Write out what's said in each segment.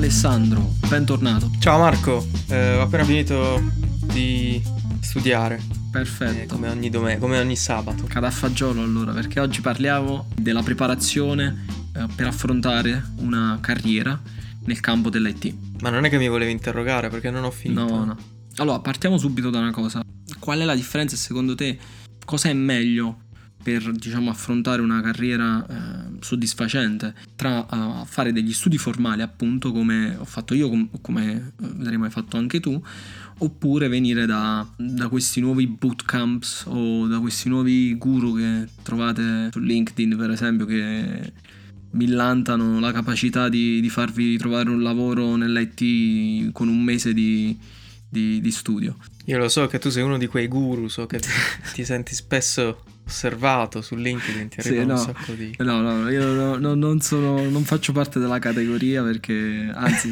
Alessandro, bentornato. Ciao Marco, ho appena finito di studiare. Perfetto. Come ogni sabato. Cadaffagiolo allora, perché oggi parliamo della preparazione per affrontare una carriera nel campo dell'IT. Ma non è che mi volevi interrogare perché non ho finito. No. Allora, partiamo subito da una cosa. Qual è la differenza secondo te? Cosa è meglio per, diciamo, affrontare una carriera soddisfacente tra fare degli studi formali, appunto, come ho fatto io, come vedremo hai fatto anche tu, oppure venire da questi nuovi bootcamps o da questi nuovi guru che trovate su LinkedIn, per esempio, che millantano la capacità di farvi trovare un lavoro nell'IT con un mese di studio. Io lo so che tu sei uno di quei guru, so che ti senti spesso osservato su LinkedIn, ti arriva un sacco di... No, io non faccio parte della categoria, perché anzi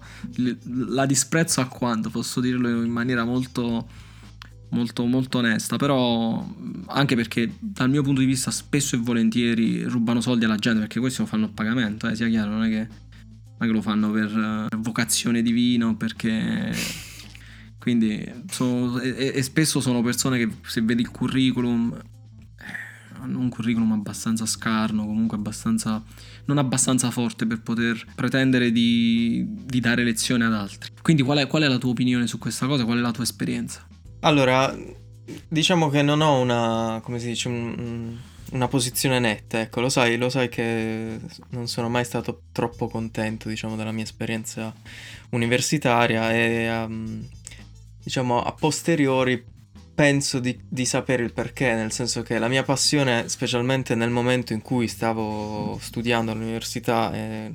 la disprezzo alquanto, posso dirlo in maniera molto molto molto onesta, però anche perché dal mio punto di vista spesso e volentieri rubano soldi alla gente, perché questi lo fanno a pagamento, sia chiaro, non è che lo fanno per vocazione divina, perché... Quindi e spesso sono persone che, se vedi il curriculum, hanno un curriculum abbastanza scarno, comunque non abbastanza forte per poter pretendere di dare lezione ad altri. Quindi qual è la tua opinione su questa cosa? Qual è la tua esperienza? Allora, diciamo che non ho una, come si dice, una posizione netta, ecco, lo sai che non sono mai stato troppo contento, diciamo, della mia esperienza universitaria e diciamo a posteriori penso di sapere il perché, nel senso che la mia passione, specialmente nel momento in cui stavo studiando all'università,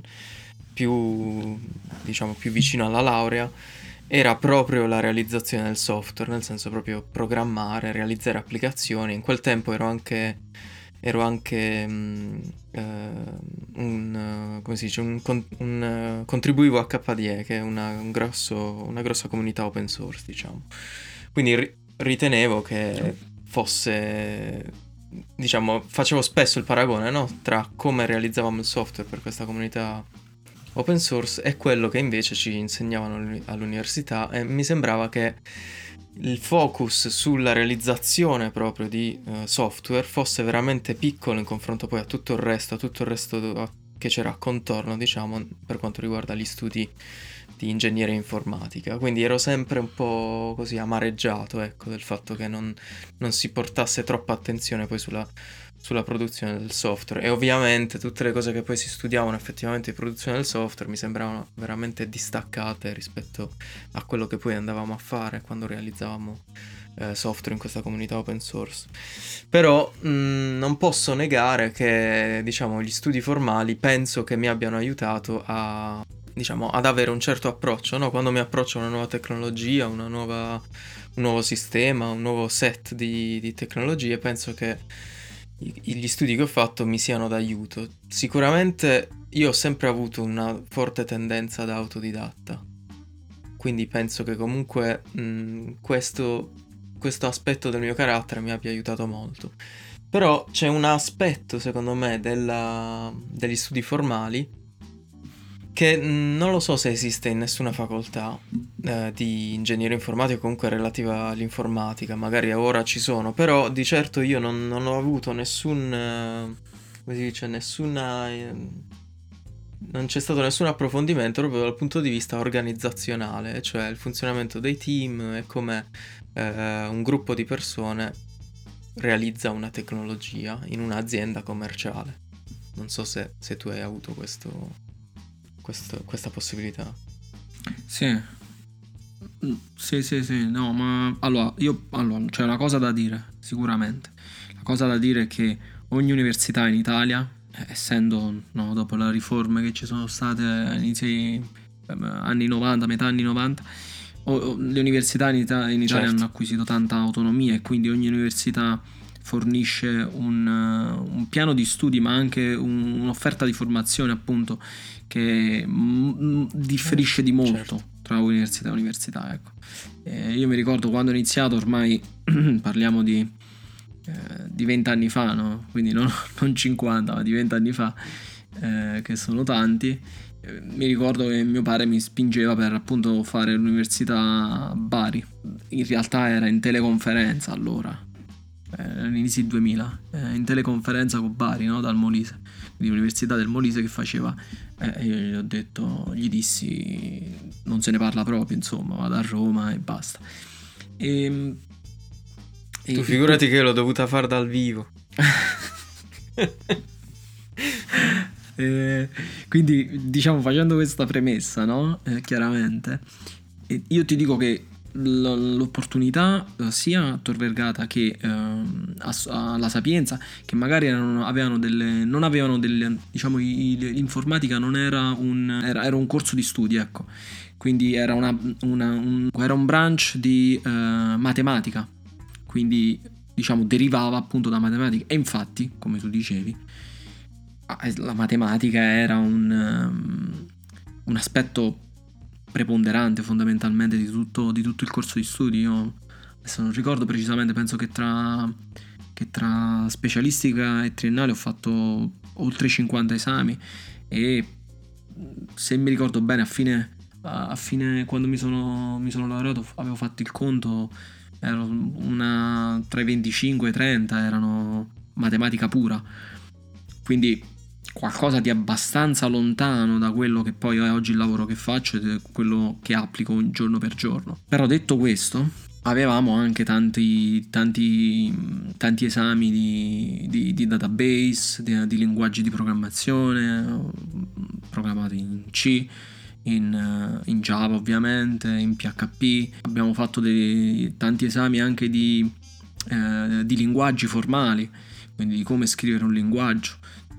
più vicino alla laurea, era proprio la realizzazione del software, nel senso proprio programmare, realizzare applicazioni. In quel tempo ero anche contribuivo a KDE, che è una grossa comunità open source, diciamo. Quindi ritenevo che fosse, diciamo, facevo spesso il paragone, no? Tra come realizzavamo il software per questa comunità open source e quello che invece ci insegnavano all'università, e mi sembrava che il focus sulla realizzazione proprio di software fosse veramente piccolo in confronto poi a tutto il resto che c'era contorno, diciamo, per quanto riguarda gli studi di ingegneria informatica. Quindi ero sempre un po' così amareggiato, ecco, del fatto che non si portasse troppa attenzione poi sulla produzione del software. E ovviamente tutte le cose che poi si studiavano effettivamente di produzione del software mi sembravano veramente distaccate rispetto a quello che poi andavamo a fare quando realizzavamo software in questa comunità open source. Però non posso negare che, diciamo, gli studi formali penso che mi abbiano aiutato ad avere un certo approccio, no? Quando mi approccio a una nuova tecnologia, un nuovo sistema, un nuovo set di tecnologie, penso che gli studi che ho fatto mi siano d'aiuto. Sicuramente io ho sempre avuto una forte tendenza da autodidatta, quindi penso che comunque questo aspetto del mio carattere mi abbia aiutato molto. Però c'è un aspetto, secondo me, degli studi formali che non lo so se esiste in nessuna facoltà di ingegneria informatica o comunque relativa all'informatica. Magari ora ci sono, però di certo io non ho avuto nessun come si dice, non c'è stato nessun approfondimento proprio dal punto di vista organizzazionale, cioè il funzionamento dei team e come un gruppo di persone realizza una tecnologia in un'azienda commerciale. Non so se tu hai avuto questa possibilità. Sì, no, ma allora c'è una cosa da dire, sicuramente. La cosa da dire è che ogni università in Italia, essendo, no, dopo le riforme che ci sono state all'inizio anni 90, metà anni 90, le università in Italia Certo. hanno acquisito tanta autonomia, e quindi ogni università fornisce un piano di studi, ma anche un'offerta di formazione, appunto, che differisce di molto, certo, tra università e università, ecco. Io mi ricordo quando ho iniziato, ormai parliamo di 20 anni fa, no? Quindi non 50, ma di 20 anni fa. che sono tanti. Mi ricordo che mio padre mi spingeva per appunto fare l'università a Bari. In realtà era in teleconferenza allora, all'inizio del 2000, in teleconferenza con Bari, no? Dal Molise, quindi l'università del Molise che faceva. Io gli ho detto, gli dissi, non se ne parla proprio, insomma, vado a Roma e basta. E, Tu figurati che l'ho dovuta fare dal vivo. Quindi diciamo, facendo questa premessa, no? Chiaramente io ti dico che l'opportunità sia a Tor Vergata che alla Sapienza, che magari non avevano delle, diciamo, l'informatica non era era un corso di studi, ecco, quindi era era un branch di matematica, quindi diciamo derivava appunto da matematica. E infatti, come tu dicevi, la matematica era un aspetto preponderante fondamentalmente di tutto il corso di studi. Io adesso non ricordo precisamente, penso che tra specialistica e triennale ho fatto oltre 50 esami, e se mi ricordo bene a fine quando mi sono laureato avevo fatto il conto, ero tra i 25 e i 30 erano matematica pura, quindi qualcosa di abbastanza lontano da quello che poi è oggi il lavoro che faccio e quello che applico giorno per giorno. Però detto questo, avevamo anche tanti esami di database, di linguaggi di programmazione, programmati in C, in Java ovviamente, in PHP. Abbiamo fatto tanti esami anche di linguaggi formali, quindi di come scrivere un linguaggio,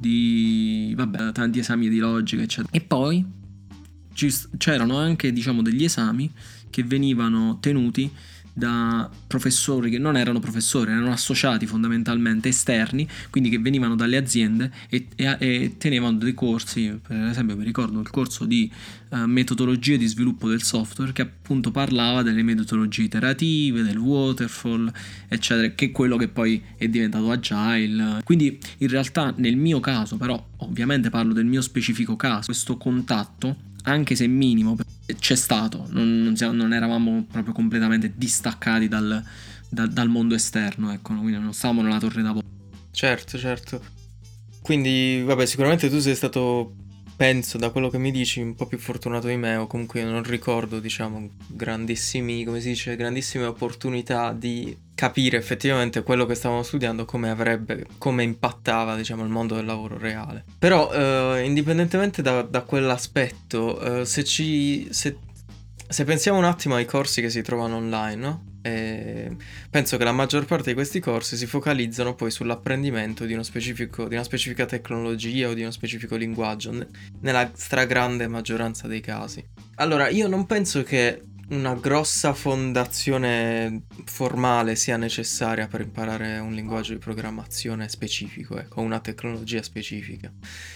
tanti esami di logica, eccetera. E poi c'erano anche, diciamo, degli esami che venivano tenuti da professori che non erano professori, erano associati fondamentalmente esterni, quindi che venivano dalle aziende e tenevano dei corsi. Per esempio mi ricordo il corso di metodologie di sviluppo del software, che appunto parlava delle metodologie iterative, del waterfall, eccetera, che è quello che poi è diventato agile. Quindi in realtà nel mio caso, però ovviamente parlo del mio specifico caso, questo contatto, anche se minimo, c'è stato, non eravamo proprio completamente distaccati dal mondo esterno, ecco, quindi non stavamo nella torre d'avorio. Certo. Quindi, vabbè, sicuramente tu sei stato, penso, da quello che mi dici, un po' più fortunato di me, o comunque io non ricordo, diciamo, grandissime opportunità di capire effettivamente quello che stavamo studiando, come impattava, diciamo, il mondo del lavoro reale. Però, indipendentemente da quell'aspetto, se pensiamo un attimo ai corsi che si trovano online, no? Penso che la maggior parte di questi corsi si focalizzano poi sull'apprendimento di una specifica tecnologia o di uno specifico linguaggio, nella stragrande maggioranza dei casi. Allora, io non penso che una grossa fondazione formale sia necessaria per imparare un linguaggio di programmazione specifico, ecco, una tecnologia specifica.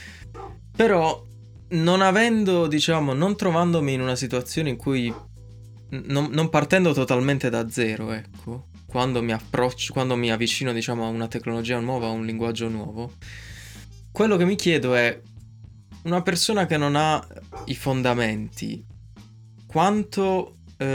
Però, non trovandomi in una situazione in cui non partendo totalmente da zero, ecco, quando mi avvicino, diciamo, a una tecnologia nuova, a un linguaggio nuovo, quello che mi chiedo è: una persona che non ha i fondamenti, quanto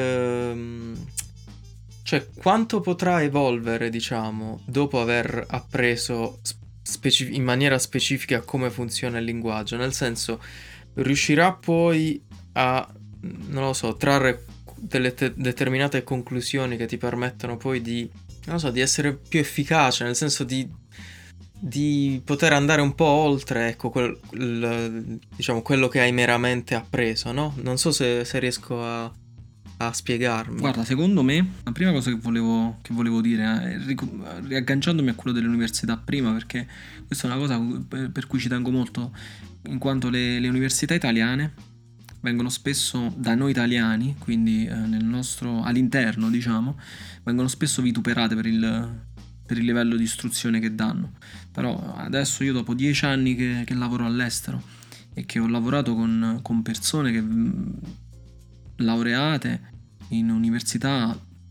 potrà evolvere, diciamo, dopo aver appreso in maniera specifica come funziona il linguaggio? Nel senso, riuscirà poi a, non lo so, trarre delle determinate conclusioni che ti permettono poi di essere più efficace, nel senso di poter andare un po' oltre, ecco, diciamo, quello che hai meramente appreso, no? Non so se riesco a spiegarmi. Guarda, secondo me la prima cosa che volevo dire, riagganciandomi a quello dell'università prima, perché questa è una cosa per cui ci tengo molto, in quanto le università italiane vengono spesso da noi italiani, quindi all'interno, diciamo, vengono spesso vituperate per il livello di istruzione che danno. Però adesso io, dopo 10 anni che lavoro all'estero e che ho lavorato con persone che laureate in università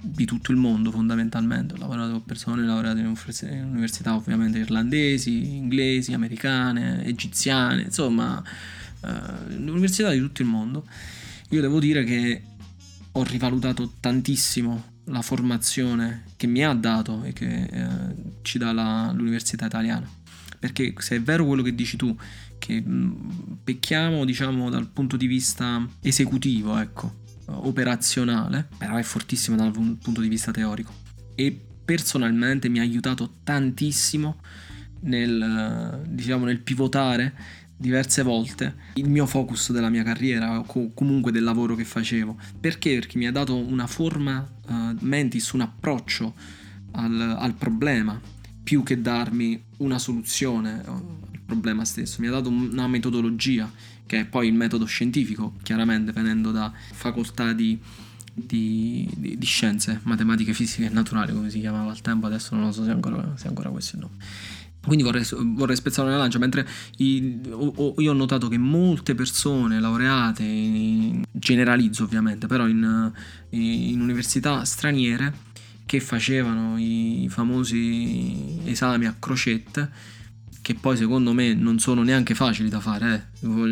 di tutto il mondo fondamentalmente. Ho lavorato con persone laureate in università ovviamente irlandesi, inglesi, americane, egiziane, insomma università di tutto il mondo. Io devo dire che ho rivalutato tantissimo la formazione che mi ha dato e che ci dà l'università italiana, perché se è vero quello che dici tu, che pecchiamo diciamo dal punto di vista esecutivo, ecco, operazionale, però è fortissima dal punto di vista teorico, e personalmente mi ha aiutato tantissimo nel diciamo nel pivotare diverse volte il mio focus della mia carriera o comunque del lavoro che facevo. Perché mi ha dato una forma mentis, un approccio al problema, più che darmi una soluzione al problema stesso. Mi ha dato una metodologia, che è poi il metodo scientifico, chiaramente venendo da facoltà di scienze, matematiche, fisiche e naturali, come si chiamava al tempo, adesso non lo so se ancora questo è il nome. Quindi vorrei spezzare una lancia, mentre io ho notato che molte persone laureate, generalizzo ovviamente, però in università straniere, che facevano i famosi esami a crocette, che poi secondo me non sono neanche facili da fare,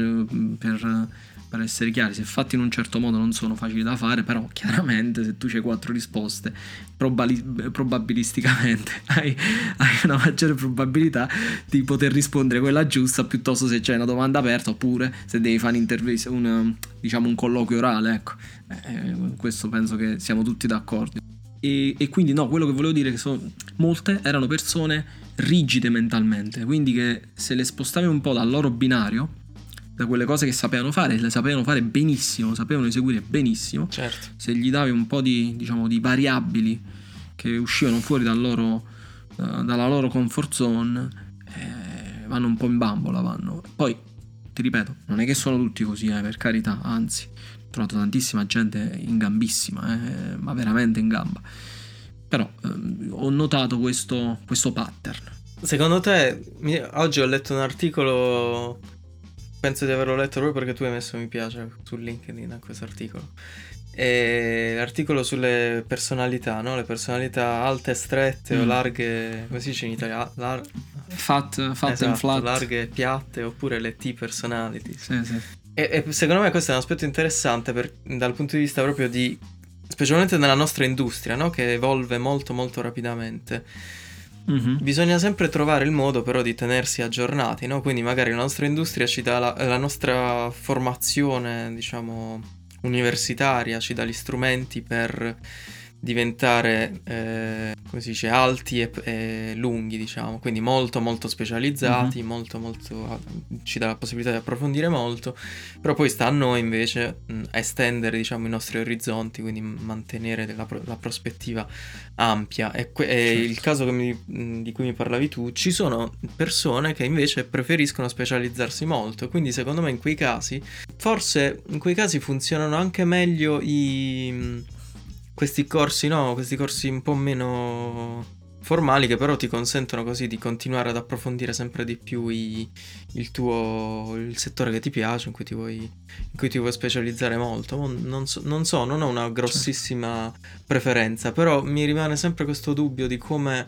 per essere chiari, se fatti in un certo modo non sono facili da fare, però chiaramente se tu c'hai 4 risposte, probabilisticamente hai una maggiore probabilità di poter rispondere quella giusta, piuttosto se c'è una domanda aperta, oppure se devi fare un'intervista, diciamo un colloquio orale, ecco. Questo penso che siamo tutti d'accordo. E quindi no, quello che volevo dire è che molte erano persone rigide mentalmente, quindi che se le spostavi un po' dal loro binario, da quelle cose che sapevano fare, le sapevano fare benissimo, sapevano eseguire benissimo. Certo. Se gli davi un po' di variabili che uscivano fuori dalla loro comfort zone, vanno un po' in bambola, vanno. Poi ti ripeto, non è che sono tutti così, per carità, anzi, ho trovato tantissima gente in gambissima, ma veramente in gamba. Però ho notato questo pattern. Secondo te, oggi ho letto un articolo, penso di averlo letto proprio perché tu hai messo mi piace su LinkedIn a questo articolo. L'articolo sulle personalità, no? Le personalità alte e strette o larghe, come si dice in italiano? Fat esatto, and flat. Larghe e piatte, oppure le T-personality. Sì. E secondo me questo è un aspetto interessante dal punto di vista proprio specialmente nella nostra industria, no? Che evolve molto molto rapidamente. Bisogna sempre trovare il modo però di tenersi aggiornati, no? Quindi magari la nostra industria ci dà la nostra formazione, diciamo, universitaria, ci dà gli strumenti per diventare, come si dice, alti e lunghi, diciamo, quindi molto molto specializzati, molto ci dà la possibilità di approfondire molto, però poi sta a noi invece estendere, diciamo, i nostri orizzonti, quindi mantenere la prospettiva ampia. E certo. Il caso di cui mi parlavi tu, ci sono persone che invece preferiscono specializzarsi molto, quindi secondo me in quei casi funzionano anche meglio questi corsi un po' meno formali, che però ti consentono così di continuare ad approfondire sempre di più il settore che ti piace, in cui ti vuoi specializzare molto. Non ho una grossissima preferenza, però mi rimane sempre questo dubbio di come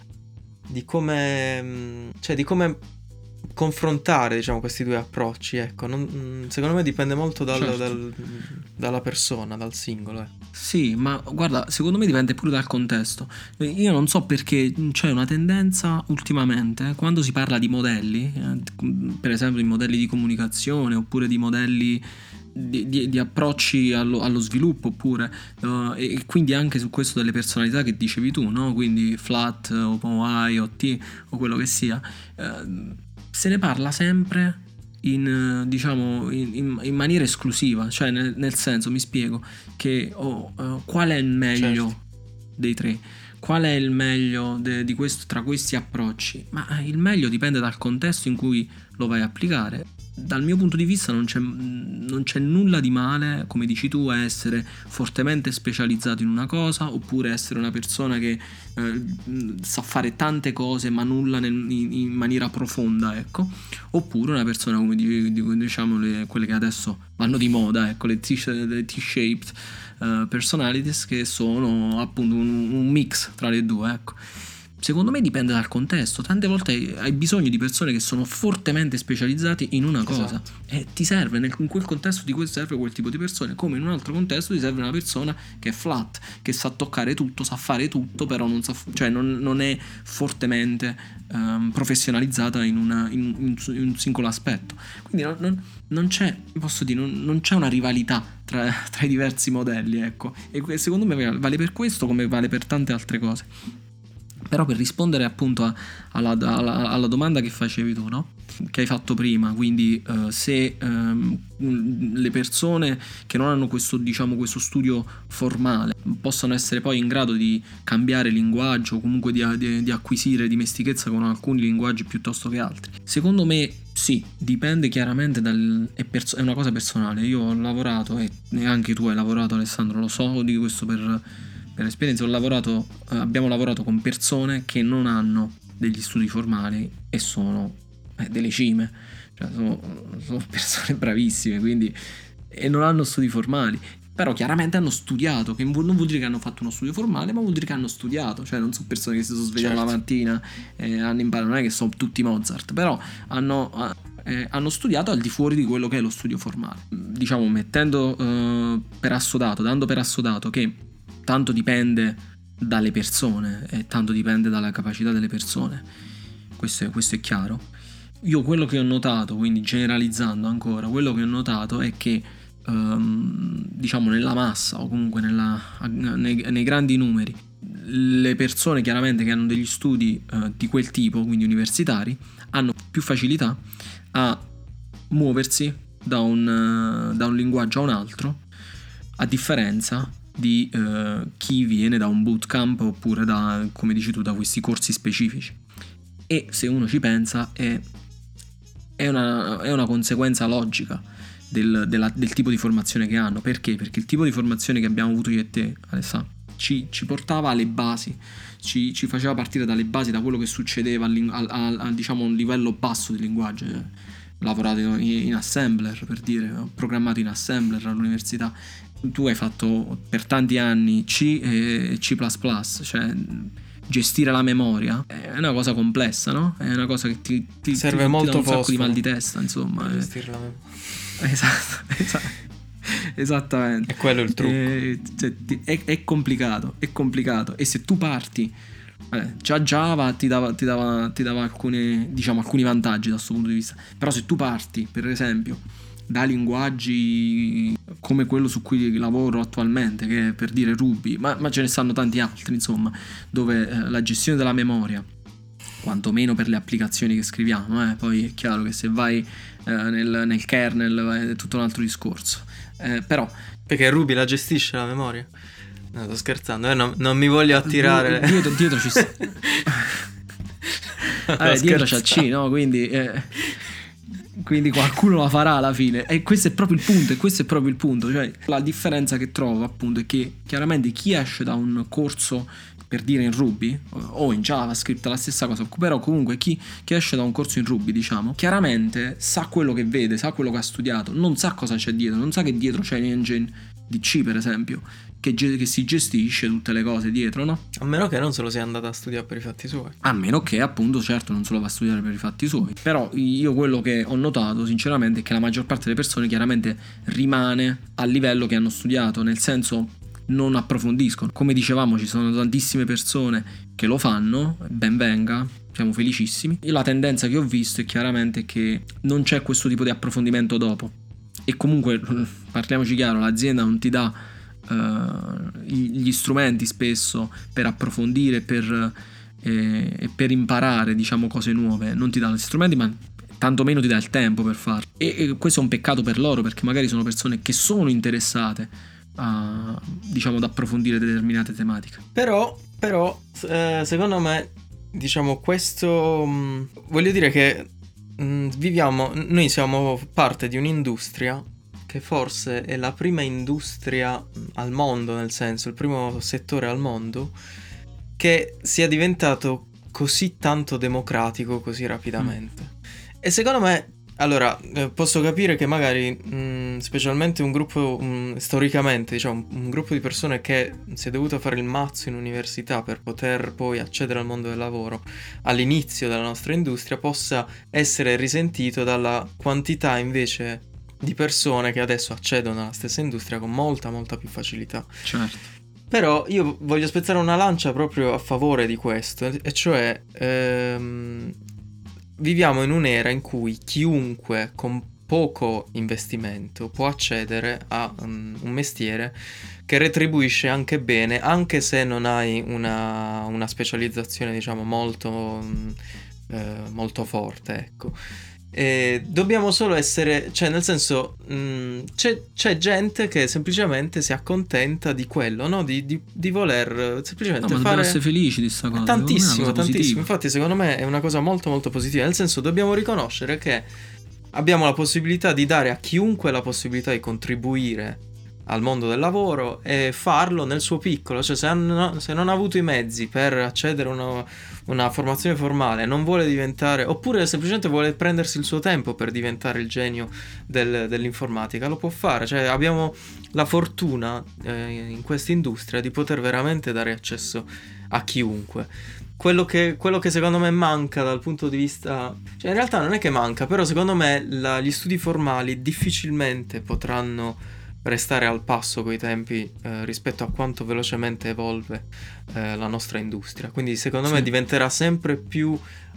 confrontare, diciamo, questi due approcci, ecco. Secondo me dipende molto dalla persona, dal singolo. Sì, ma guarda, secondo me dipende pure dal contesto. Io non so perché c'è una tendenza ultimamente, quando si parla di modelli, per esempio di modelli di comunicazione, oppure di modelli di approcci allo sviluppo, oppure e quindi anche su questo delle personalità che dicevi tu, no? Quindi flat o Y o T o quello che sia, se ne parla sempre in maniera esclusiva, cioè nel senso, mi spiego, che qual è il meglio, certo, dei tre, qual è il meglio tra questi approcci, ma il meglio dipende dal contesto in cui lo vai a applicare. dal mio punto di vista non c'è nulla di male, come dici tu, a essere fortemente specializzato in una cosa, oppure essere una persona che sa fare tante cose ma nulla in maniera profonda, ecco. Oppure una persona come diciamo quelle che adesso vanno di moda, ecco, le T-shaped personalities, che sono appunto un mix tra le due, ecco. Secondo me dipende dal contesto. Tante volte hai bisogno di persone che sono fortemente specializzati in una cosa, e ti serve, in quel contesto ti serve quel tipo di persone, come in un altro contesto ti serve una persona che è flat, che sa toccare tutto, sa fare tutto, però non sa, cioè non è fortemente professionalizzata in un singolo aspetto. Quindi non c'è, posso dire, non c'è una rivalità tra i diversi modelli, ecco. E secondo me vale per questo come vale per tante altre cose. Però per rispondere appunto alla domanda che facevi tu, no? Che hai fatto prima, quindi se le persone che non hanno questo, diciamo, questo studio formale possono essere poi in grado di cambiare linguaggio, o comunque di acquisire dimestichezza con alcuni linguaggi piuttosto che altri. Secondo me sì, dipende chiaramente è una cosa personale. Io ho lavorato, e anche tu hai lavorato, Alessandro, lo so di questo per esperienza, abbiamo lavorato con persone che non hanno degli studi formali e sono delle cime, cioè sono persone bravissime, quindi, e non hanno studi formali, però chiaramente hanno studiato, che non vuol dire che hanno fatto uno studio formale, ma vuol dire che hanno studiato, cioè non sono persone che si sono svegliate la mattina e hanno imparato, non è che sono tutti Mozart, però hanno studiato al di fuori di quello che è lo studio formale, diciamo, dando per assodato che tanto dipende dalle persone e tanto dipende dalla capacità delle persone. Questo è chiaro. Io quello che ho notato, quindi generalizzando ancora, quello che ho notato è che diciamo nella massa, o comunque nei grandi numeri, le persone chiaramente che hanno degli studi di quel tipo, quindi universitari, hanno più facilità a muoversi da un linguaggio a un altro, a differenza di chi viene da un bootcamp oppure da, come dici tu, da questi corsi specifici. E se uno ci pensa è una conseguenza logica del tipo di formazione che hanno. Perché? Perché il tipo di formazione che abbiamo avuto io e te, Alessà, ci portava alle basi, ci faceva partire dalle basi, da quello che succedeva diciamo un livello basso di linguaggio. Ho lavorato in assembler, per dire, ho programmato in assembler all'università. Tu hai fatto per tanti anni C e C++, cioè gestire la memoria è una cosa complessa, no? È una cosa che ti serve molto dà un sacco di mal di testa, insomma. Gestire la memoria. Esatto. Esattamente. E quello è il trucco. È complicato. E se tu parti, già Java ti dava alcuni vantaggi da questo punto di vista. Però se tu parti, per esempio, da linguaggi come quello su cui lavoro attualmente, che è, per dire, Ruby, ma ce ne stanno tanti altri, insomma, dove la gestione della memoria, quantomeno per le applicazioni che scriviamo, poi è chiaro che se vai nel kernel è tutto un altro discorso, però perché Ruby la gestisce la memoria? No, sto scherzando, non mi voglio attirare. Dietro ci sta. Dietro c'è C, no? Quindi qualcuno la farà alla fine, e questo è proprio il punto. Cioè, la differenza che trovo appunto è che chiaramente chi esce da un corso, per dire, in Ruby o in JavaScript, la stessa cosa, però comunque chi esce da un corso in Ruby, diciamo, chiaramente sa quello che vede, sa quello che ha studiato, non sa cosa c'è dietro, non sa che dietro c'è l'engine di C, per esempio, che si gestisce tutte le cose dietro, no? A meno che non se lo sia andata a studiare per i fatti suoi. A meno che, appunto, certo, non se lo va a studiare per i fatti suoi. Però io quello che ho notato sinceramente è che la maggior parte delle persone chiaramente rimane al livello che hanno studiato, nel senso non approfondiscono. Come dicevamo, ci sono tantissime persone che lo fanno, ben venga, siamo felicissimi. Io la tendenza che ho visto è chiaramente che non c'è questo tipo di approfondimento dopo. E comunque, parliamoci chiaro, l'azienda non ti dà gli strumenti spesso per approfondire e per imparare, diciamo, cose nuove. Non ti dà gli strumenti, ma tantomeno ti dà il tempo per farlo, e questo è un peccato per loro, perché magari sono persone che sono interessate a, diciamo, ad approfondire determinate tematiche. Però secondo me, diciamo, questo voglio dire che noi siamo parte di un'industria che forse è la prima industria al mondo, nel senso, il primo settore al mondo che sia diventato così tanto democratico così rapidamente. E secondo me, allora, posso capire che magari, specialmente un gruppo, storicamente, diciamo, un gruppo di persone che si è dovuto fare il mazzo in università per poter poi accedere al mondo del lavoro all'inizio della nostra industria, possa essere risentito dalla quantità invece di persone che adesso accedono alla stessa industria con molta, molta più facilità. Certo. Però io voglio spezzare una lancia proprio a favore di questo, e cioè viviamo in un'era in cui chiunque con poco investimento può accedere a un mestiere che retribuisce anche bene, anche se non hai una specializzazione, diciamo, molto forte, ecco. Dobbiamo solo essere, cioè nel senso, c'è gente che semplicemente si accontenta di quello, no? Di voler semplicemente ma fare. dobbiamo essere felici di sta cosa. Tantissimo, Tantissimo. tantissimo. Infatti, secondo me è una cosa molto, molto positiva. Nel senso, dobbiamo riconoscere che abbiamo la possibilità di dare a chiunque la possibilità di contribuire al mondo del lavoro e farlo nel suo piccolo. Cioè, se non ha avuto i mezzi per accedere a una formazione formale, non vuole diventare, oppure semplicemente vuole prendersi il suo tempo per diventare il genio dell'informatica, lo può fare. Cioè, abbiamo la fortuna in questa industria di poter veramente dare accesso a chiunque. Quello che secondo me manca dal punto di vista, cioè in realtà non è che manca, però secondo me gli studi formali difficilmente potranno restare al passo coi tempi rispetto a quanto velocemente evolve la nostra industria. Quindi secondo me diventerà sempre più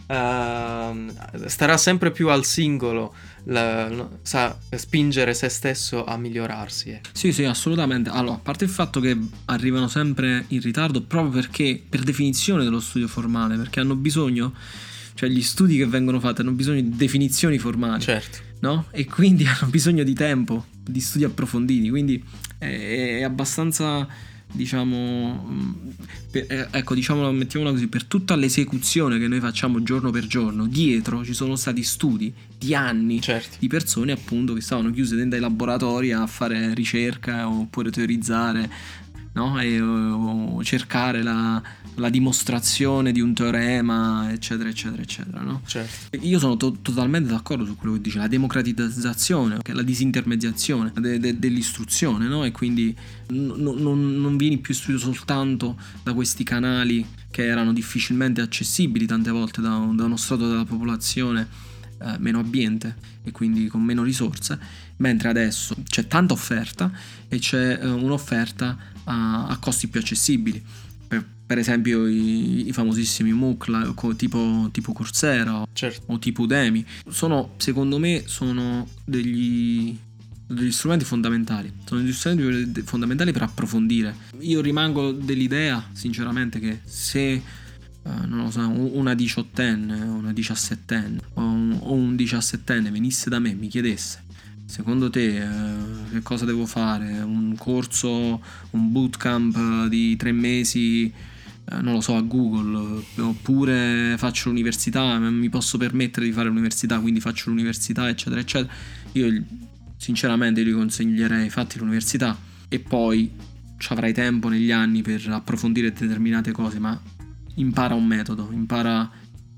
starà sempre più al singolo spingere se stesso a migliorarsi. Sì, assolutamente. Allora, a parte il fatto che arrivano sempre in ritardo proprio perché, per definizione dello studio formale, perché hanno bisogno, cioè gli studi che vengono fatti hanno bisogno di definizioni formali. Certo. No? E quindi hanno bisogno di tempo, di studi approfonditi, quindi è abbastanza, diciamo, ecco, diciamolo, mettiamola così, per tutta l'esecuzione che noi facciamo giorno per giorno, dietro ci sono stati studi di anni, certo, di persone appunto che stavano chiuse dentro ai laboratori a fare ricerca oppure teorizzare, no? O cercare la dimostrazione di un teorema, eccetera, no? Certo. Io sono totalmente d'accordo su quello che dice, la democratizzazione, la disintermediazione dell'istruzione, no? E quindi non vieni più istruito soltanto da questi canali che erano difficilmente accessibili tante volte da uno strato della popolazione meno abbiente e quindi con meno risorse, mentre adesso c'è tanta offerta e c'è un'offerta a costi più accessibili. Per esempio i famosissimi MOOC tipo Coursera, certo, o tipo Udemy, secondo me sono degli strumenti fondamentali. Sono degli strumenti fondamentali per approfondire. Io rimango dell'idea, sinceramente, che se non lo so, una 18enne, una 17enne o un 17enne venisse da me e mi chiedesse: secondo te che cosa devo fare? Un corso, un bootcamp di 3 mesi, non lo so, a Google, oppure faccio l'università, mi posso permettere di fare l'università, quindi faccio l'università, eccetera, eccetera. Io sinceramente gli consiglierei: fatti l'università e poi ci avrai tempo negli anni per approfondire determinate cose, ma impara un metodo, impara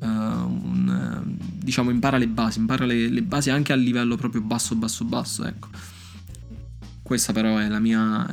impara le basi anche a livello proprio basso, ecco. Questa però è il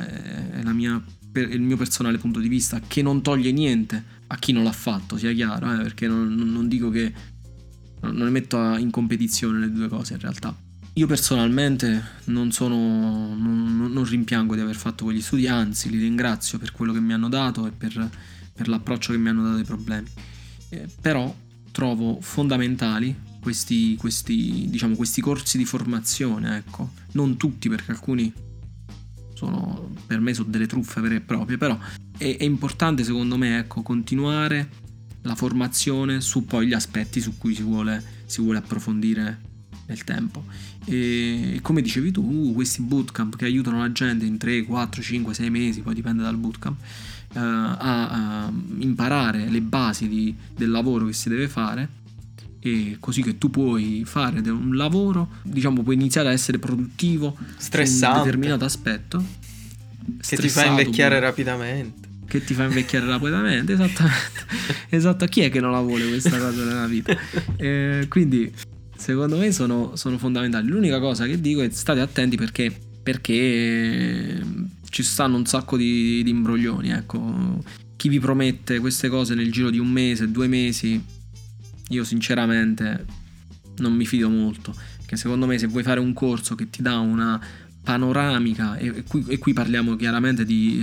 mio personale punto di vista, che non toglie niente a chi non l'ha fatto, sia chiaro, perché non dico che, non le metto in competizione le due cose in realtà. Io personalmente non rimpiango di aver fatto quegli studi, anzi li ringrazio per quello che mi hanno dato e per l'approccio che mi hanno dato ai problemi, però trovo fondamentali questi corsi di formazione, ecco. Non tutti, perché alcuni per me sono delle truffe vere e proprie, però è importante secondo me, ecco, continuare la formazione su poi gli aspetti su cui si vuole approfondire nel tempo. E come dicevi tu, questi bootcamp che aiutano la gente in 3, 4, 5, 6 mesi, poi dipende dal bootcamp, a imparare le basi del lavoro che si deve fare e così che tu puoi fare un lavoro, diciamo, puoi iniziare a essere produttivo su un determinato aspetto che ti fa invecchiare rapidamente. Che ti fa invecchiare rapidamente, esattamente. Esatto, chi è che non la vuole questa cosa nella vita? Quindi secondo me sono fondamentali. L'unica cosa che dico è state attenti perché ci stanno un sacco di imbroglioni, ecco. Chi vi promette queste cose nel giro di 1 mese, 2 mesi, io sinceramente non mi fido molto, che secondo me se vuoi fare un corso che ti dà una panoramica, e qui parliamo chiaramente di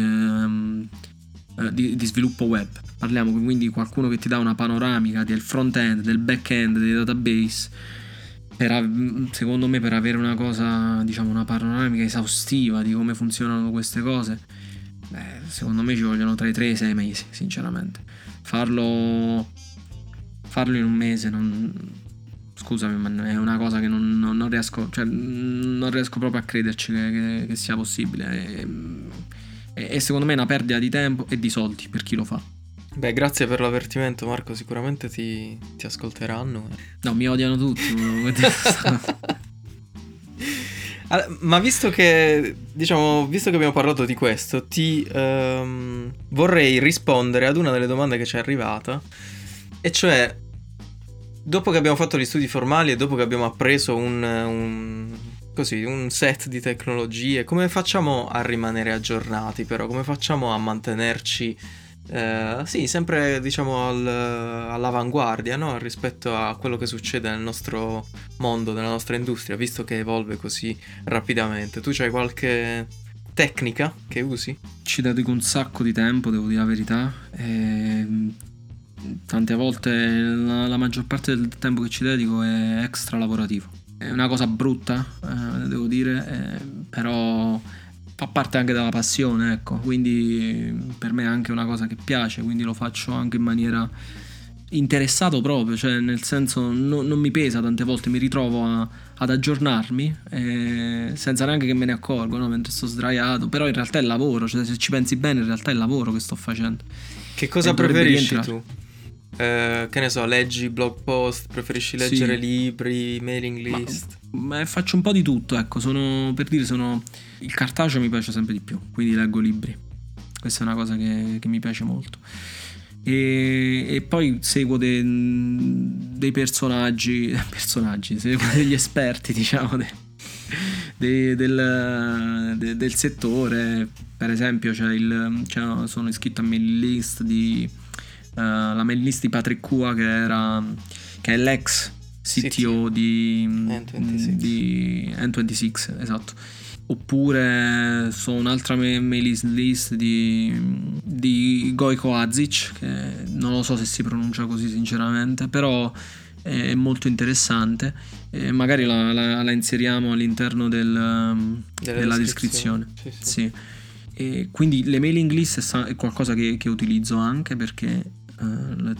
sviluppo web, parliamo quindi di qualcuno che ti dà una panoramica del front end, del back end, dei database, secondo me per avere una cosa, diciamo, una panoramica esaustiva di come funzionano queste cose, secondo me ci vogliono tra i 3 e i 6 mesi, sinceramente. Farlo in 1 mese scusami, ma è una cosa che non riesco, cioè non riesco proprio a crederci che sia possibile, e secondo me è una perdita di tempo e di soldi per chi lo fa. Beh, grazie per l'avvertimento, Marco, sicuramente ti ascolteranno. No, mi odiano tutti. Ma visto che abbiamo parlato di questo, vorrei rispondere ad una delle domande che ci è arrivata, e cioè, dopo che abbiamo fatto gli studi formali e dopo che abbiamo appreso un set di tecnologie, come facciamo a rimanere aggiornati, però? Come facciamo a mantenerci sempre, diciamo, all'avanguardia, no? Rispetto a quello che succede nel nostro mondo, nella nostra industria, visto che evolve così rapidamente? Tu c'hai qualche tecnica che usi? Ci dedico un sacco di tempo, devo dire la verità. Tante volte la maggior parte del tempo che ci dedico è extra lavorativo. È una cosa brutta, devo dire, però fa parte anche della passione, ecco. Quindi per me è anche una cosa che piace, quindi lo faccio anche in maniera interessato proprio, cioè nel senso non mi pesa, tante volte mi ritrovo ad aggiornarmi senza neanche che me ne accorgo, no? Mentre sto sdraiato, però in realtà è lavoro, cioè se ci pensi bene in realtà è lavoro che sto facendo. Che cosa preferisci tu? Che ne so, leggi blog post, preferisci leggere libri, mailing list? Ma faccio un po' di tutto, ecco, il cartaceo mi piace sempre di più, quindi leggo libri. Questa è una cosa che mi piace molto. E poi seguo dei personaggi, seguo degli esperti, diciamo, del settore. Per esempio sono iscritto a mailing list la mail list di Patrick Kua, che è l'ex CTO di N26, esatto. Oppure sono un'altra mail list di Gojko Azic, che non lo so se si pronuncia così sinceramente, però è molto interessante, e magari la inseriamo all'interno della descrizione. Sì. E quindi le mailing list è qualcosa che utilizzo anche perché lo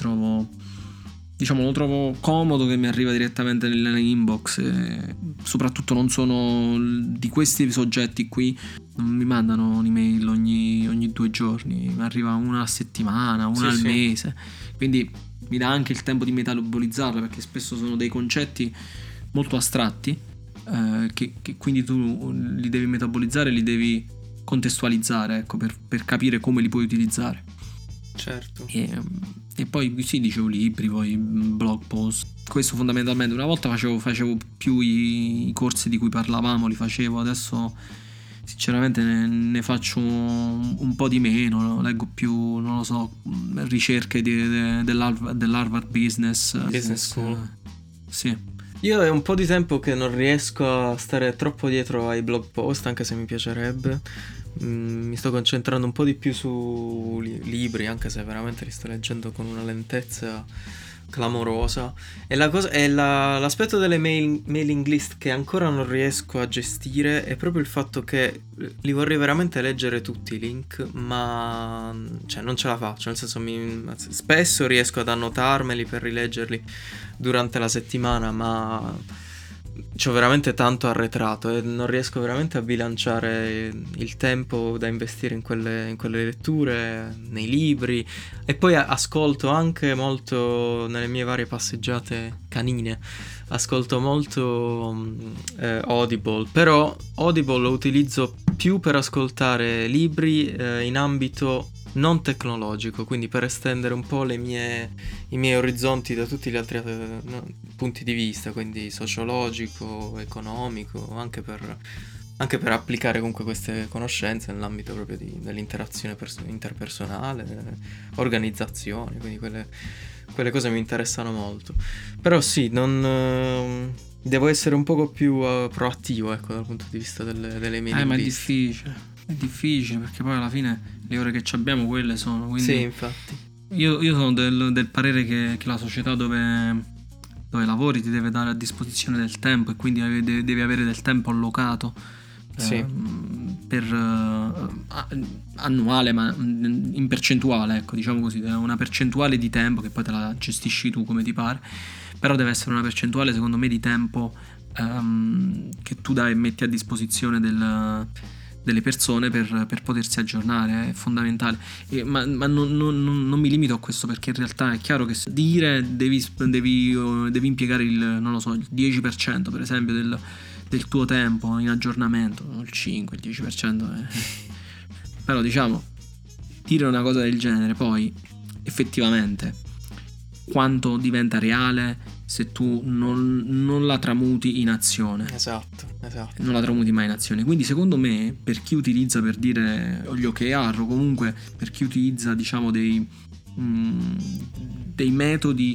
trovo comodo, che mi arriva direttamente nella inbox, e soprattutto non sono di questi soggetti qui, non mi mandano un'email ogni 2 giorni, mi arriva una a settimana, una al mese, quindi mi dà anche il tempo di metabolizzarla, perché spesso sono dei concetti molto astratti che quindi tu li devi metabolizzare, li devi contestualizzare, ecco, per capire come li puoi utilizzare. Certo. E poi dicevo libri, poi blog post. Questo fondamentalmente. Una volta facevo più i corsi di cui parlavamo, li facevo. Adesso sinceramente ne faccio un po' di meno, no? Leggo più, non lo so, ricerche dell'Harvard Business School. Sì. Io è un po' di tempo che non riesco a stare troppo dietro ai blog post, anche se mi piacerebbe. Mi sto concentrando un po' di più su libri, anche se veramente li sto leggendo con una lentezza clamorosa. E l'aspetto delle mailing list che ancora non riesco a gestire è proprio il fatto che li vorrei veramente leggere tutti i link, ma non ce la faccio, nel senso spesso riesco ad annotarmeli per rileggerli durante la settimana, ma c'ho veramente tanto arretrato e non riesco veramente a bilanciare il tempo da investire in quelle letture, nei libri, e poi ascolto anche molto nelle mie varie passeggiate canine. Ascolto molto Audible, però Audible lo utilizzo più per ascoltare libri in ambito non tecnologico, quindi per estendere un po' i miei orizzonti da tutti gli altri punti di vista, quindi sociologico, economico, anche per applicare comunque queste conoscenze nell'ambito proprio dell'interazione interpersonale, organizzazione, quindi quelle cose mi interessano molto. Però sì, non devo essere un poco più proattivo, ecco, dal punto di vista delle mie Ma è difficile perché poi alla fine le ore che ci abbiamo quelle sono, quindi sì, infatti. Io sono del parere che la società dove lavori ti deve dare a disposizione del tempo, e quindi devi avere del tempo allocato Sì. per annuale, ma in percentuale, ecco, diciamo così, una percentuale di tempo che poi te la gestisci tu come ti pare, però deve essere una percentuale, secondo me, di tempo che tu dai e metti a disposizione delle persone per potersi aggiornare. È fondamentale. Ma non mi limito a questo, perché in realtà è chiaro che devi impiegare non lo so, il 10% per esempio del tuo tempo in aggiornamento, non il 5, il 10%. Però diciamo, dire una cosa del genere poi effettivamente quanto diventa reale se tu non la tramuti in azione. Esatto. Non la tramuti mai in azione. Quindi secondo me, per chi utilizza, per dire, gli OKR, o comunque per chi utilizza, diciamo, dei metodi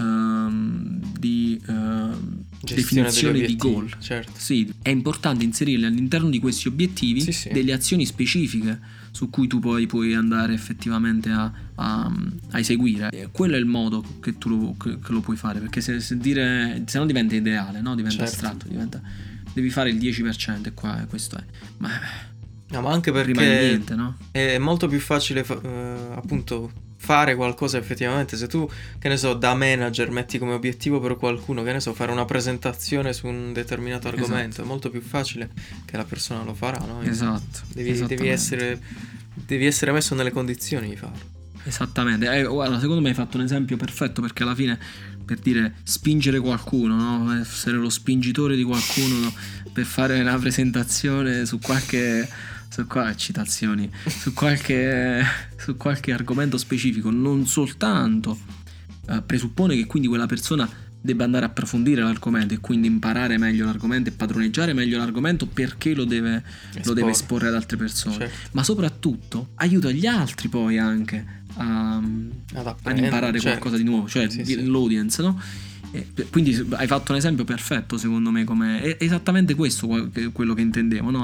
di definizione di goal, certo. Sì, è importante inserire all'interno di questi obiettivi delle azioni specifiche su cui tu poi puoi andare effettivamente a eseguire. E quello è il modo che tu lo puoi fare, perché se no diventa ideale, no? Diventa astratto, devi fare il 10% e qua questo è. Ma anche perché niente, no? È molto più facile appunto fare qualcosa effettivamente. Se tu, che ne so, da manager metti come obiettivo per qualcuno, che ne so, fare una presentazione su un determinato argomento, è molto più facile che la persona lo farà, no? Esatto. Devi essere messo nelle condizioni di farlo. Esattamente. Guarda, secondo me hai fatto un esempio perfetto, perché alla fine, per dire, spingere qualcuno, no? Essere lo spingitore di qualcuno, no? Per fare una presentazione su qualche argomento specifico, non soltanto presuppone che quindi quella persona debba andare a approfondire l'argomento e quindi imparare meglio l'argomento e padroneggiare meglio l'argomento, perché lo deve esporre ad altre persone, certo. Ma soprattutto aiuta gli altri poi anche ad imparare qualcosa di nuovo, cioè l'audience, no? Quindi hai fatto un esempio perfetto, secondo me, è esattamente questo quello che intendevo, no?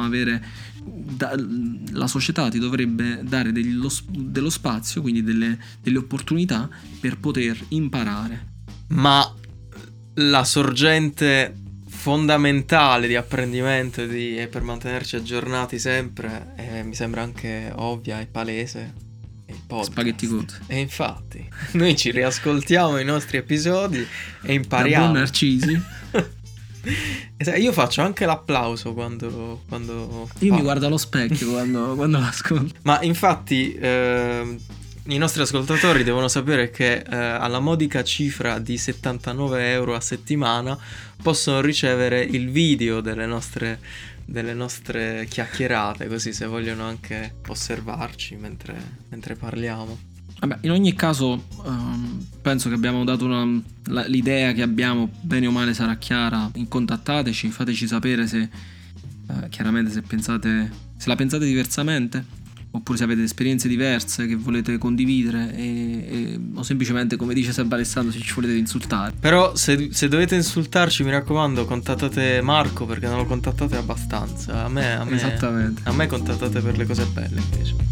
La società ti dovrebbe dare dello spazio, quindi delle opportunità per poter imparare. Ma la sorgente fondamentale di apprendimento e per mantenerci aggiornati sempre, mi sembra anche ovvia e palese, il podcast. Spaghetti Code. E infatti noi ci riascoltiamo i nostri episodi e impariamo. Da buon Narcisi. Io faccio anche l'applauso quando io mi guardo allo specchio quando l'ascolto. Ma infatti i nostri ascoltatori devono sapere che alla modica cifra di 79 euro a settimana possono ricevere il video delle nostre chiacchierate, così se vogliono anche osservarci mentre parliamo. Vabbè, in ogni caso penso che abbiamo dato l'idea che abbiamo, bene o male sarà chiara. Contattateci, fateci sapere se chiaramente se la pensate diversamente, oppure se avete esperienze diverse che volete condividere, o semplicemente, come dice sempre Alessandro, se ci volete insultare. Però se dovete insultarci, mi raccomando, contattate Marco, perché non lo contattate abbastanza. A me Esattamente. A me contattate per le cose belle invece.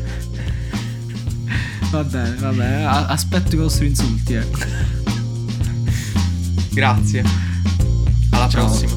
Va bene, aspetto i vostri insulti, ecco. Grazie. Alla prossima.